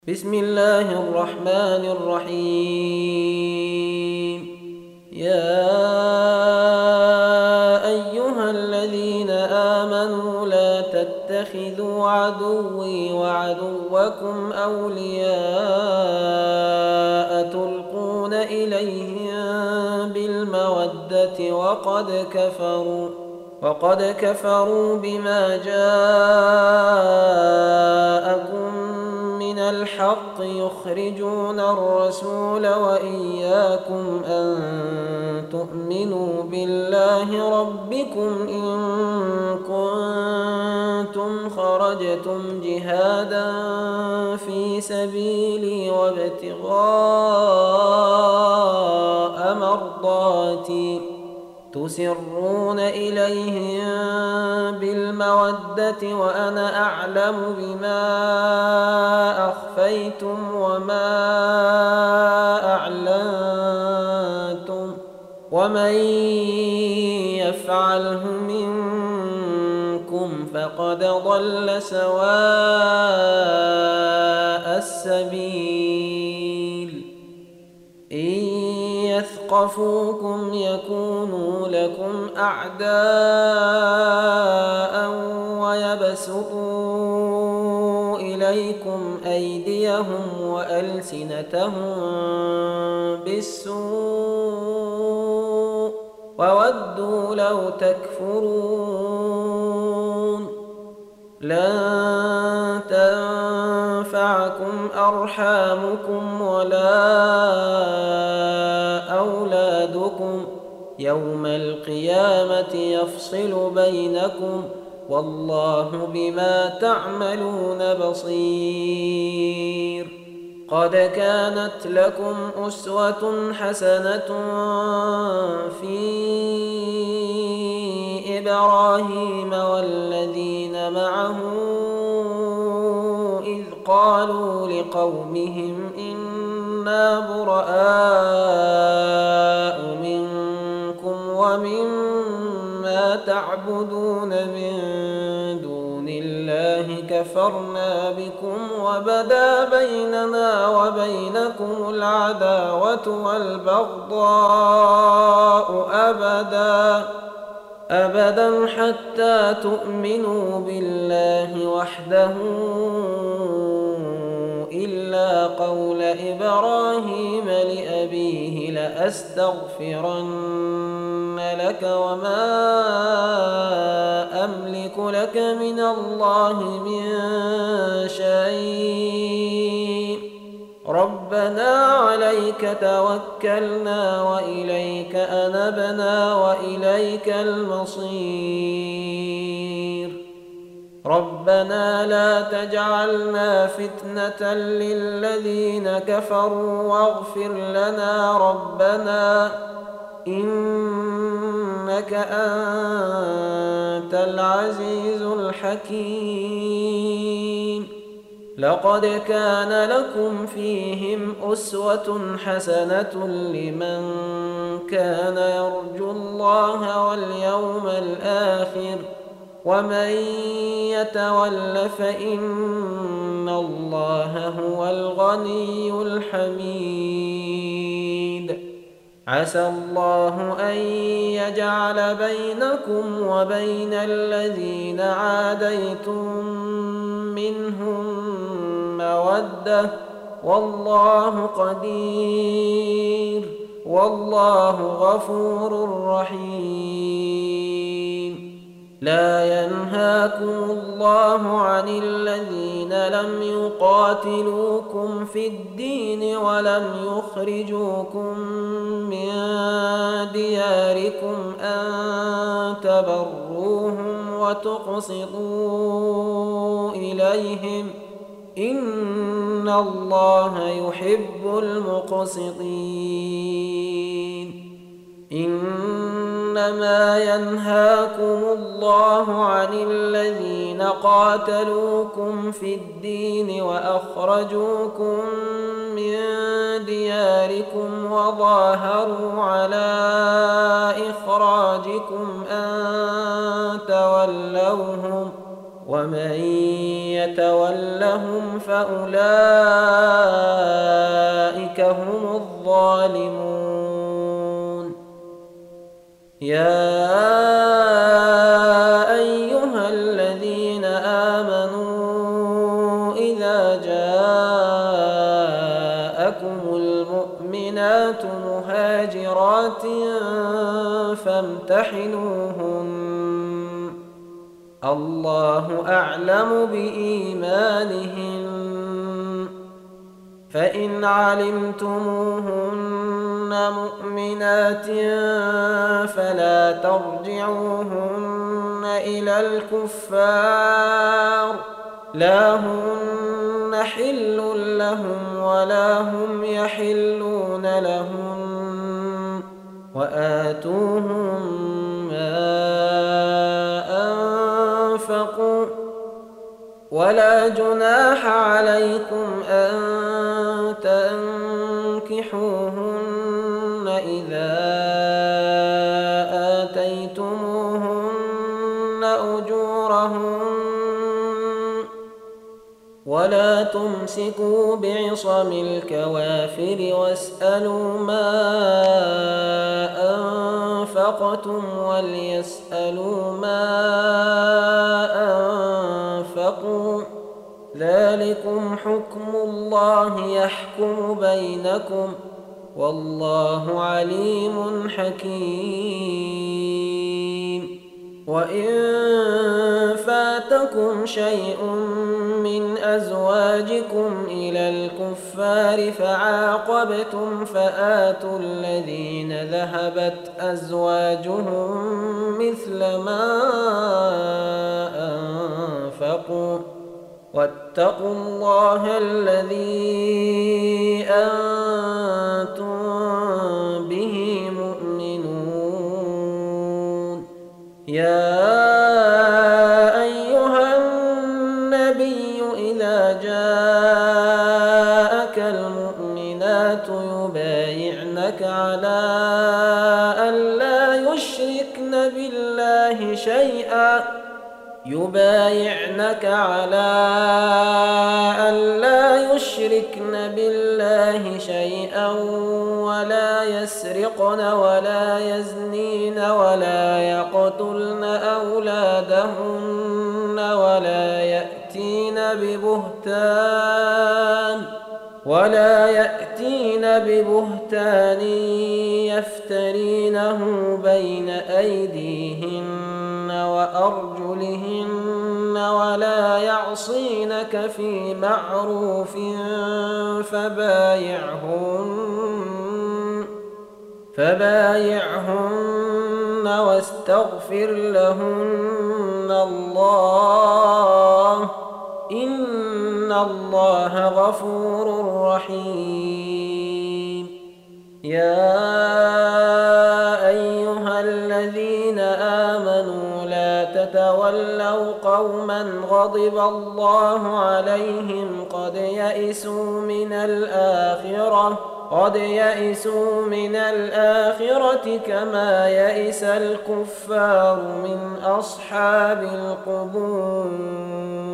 بسم الله الرحمن الرحيم. يا أيها الذين آمنوا لا تتخذوا عدوي وعدوكم أولياء تلقون إليهم بالمودة وقد كفروا بما جاءكم من الحق يخرجون الرسول وإياكم أن تؤمنوا بالله ربكم إن كنتم خرجتم جهادا في سبيلي وابتغاء مرضاتي تسرون إليهم بالمودة وأنا أعلم بما أخفيتم وما أعلنتم ومن يفعله منكم فقد ضل سواء السبيل. إن يثقفوكم يكونوا لكم أعداء ويبسطوا إليكم أيديهم وألسنتهم بالسوء وودوا لو تكفرون. لن تنفعكم أرحامكم ولا أولادكم يوم القيامة يفصل بينكم والله بما تعملون بصير. قد كانت لكم أسوة حسنة في إبراهيم والذين معه إذ قالوا لقومهم إنا براء منكم ومما تعبدون من دون الله كفرنا بكم وبدا بيننا وبينكم العداوة والبغضاء أبدا حتى تؤمنوا بالله وحده إلا قول إبراهيم لأبيه لأستغفرن لك وما أملك لك من الله من شيء ربنا عليك توكلنا وإليك أنبنا وإليك المصير. ربنا لا تجعلنا فتنة للذين كفروا واغفر لنا ربنا إنك أنت العزيز الحكيم. لقد كان لكم فيهم أسوة حسنة لمن كان يرجو الله واليوم الآخر ومن يتول فإن الله هو الغني الحميد. عسى الله أن يجعل بينكم وبين الذين عاديتم منهم مودة والله قدير والله غفور رحيم. لا ينهاكم الله عن الذين لم يقاتلوكم في الدين ولم يخرجوكم من دياركم أن تبروهم وتقسطوا إليهم إن الله يحب المقسطين. إنما ينهاكم الله عن الذين قاتلوكم في الدين وأخرجوكم من دياركم وظاهروا على إخراجكم أن تولوهم ومن يتولهم فأولئك هم الظالمون. يا أيها الذين آمنوا إذا جاءكم المؤمنات مهاجرات فامتحنوهن، الله أعلم بإيمانهن، فإن علمتموهن مؤمنات فلا ترجعوهن إلى الكفار، لا هن حل لهم ولا هم يحلون لهم، وآتوهم ما أنفقوا، ولا جناح عليكم أن تنكحوهن إذا آتيتموهن أجورهن، ولا تمسكوا بعصم الكوافر واسألوا ما أنفقتم وليسألوا ما أنفقوا، ذلكم حكم الله يحكم بينكم، والله عليم حكيم. وإن فاتكم شيء من أزواجكم إلى الكفار فعاقبتم فآتوا الذين ذهبت أزواجهم مثل ما أنفقوا، واتقوا الله الذي أنتم به مؤمنون. يا أيها النبي إذا جاءك المؤمنات يبايعنك على أن لا يشركن بالله شيئا ولا يسرقن ولا يزنين ولا يقتلن أولادهن ولا يأتين ببهتان يفترينه بين أيديهن وأرجلهن ولا يعصينك في معروف فبايعهن واستغفر لهن الله، إن الله غفور رحيم. يا أيها الذين آمنوا لا تتولوا قوما غضب الله عليهم قد يئسوا من الآخرة كما يئس الكفار من أصحاب القبور.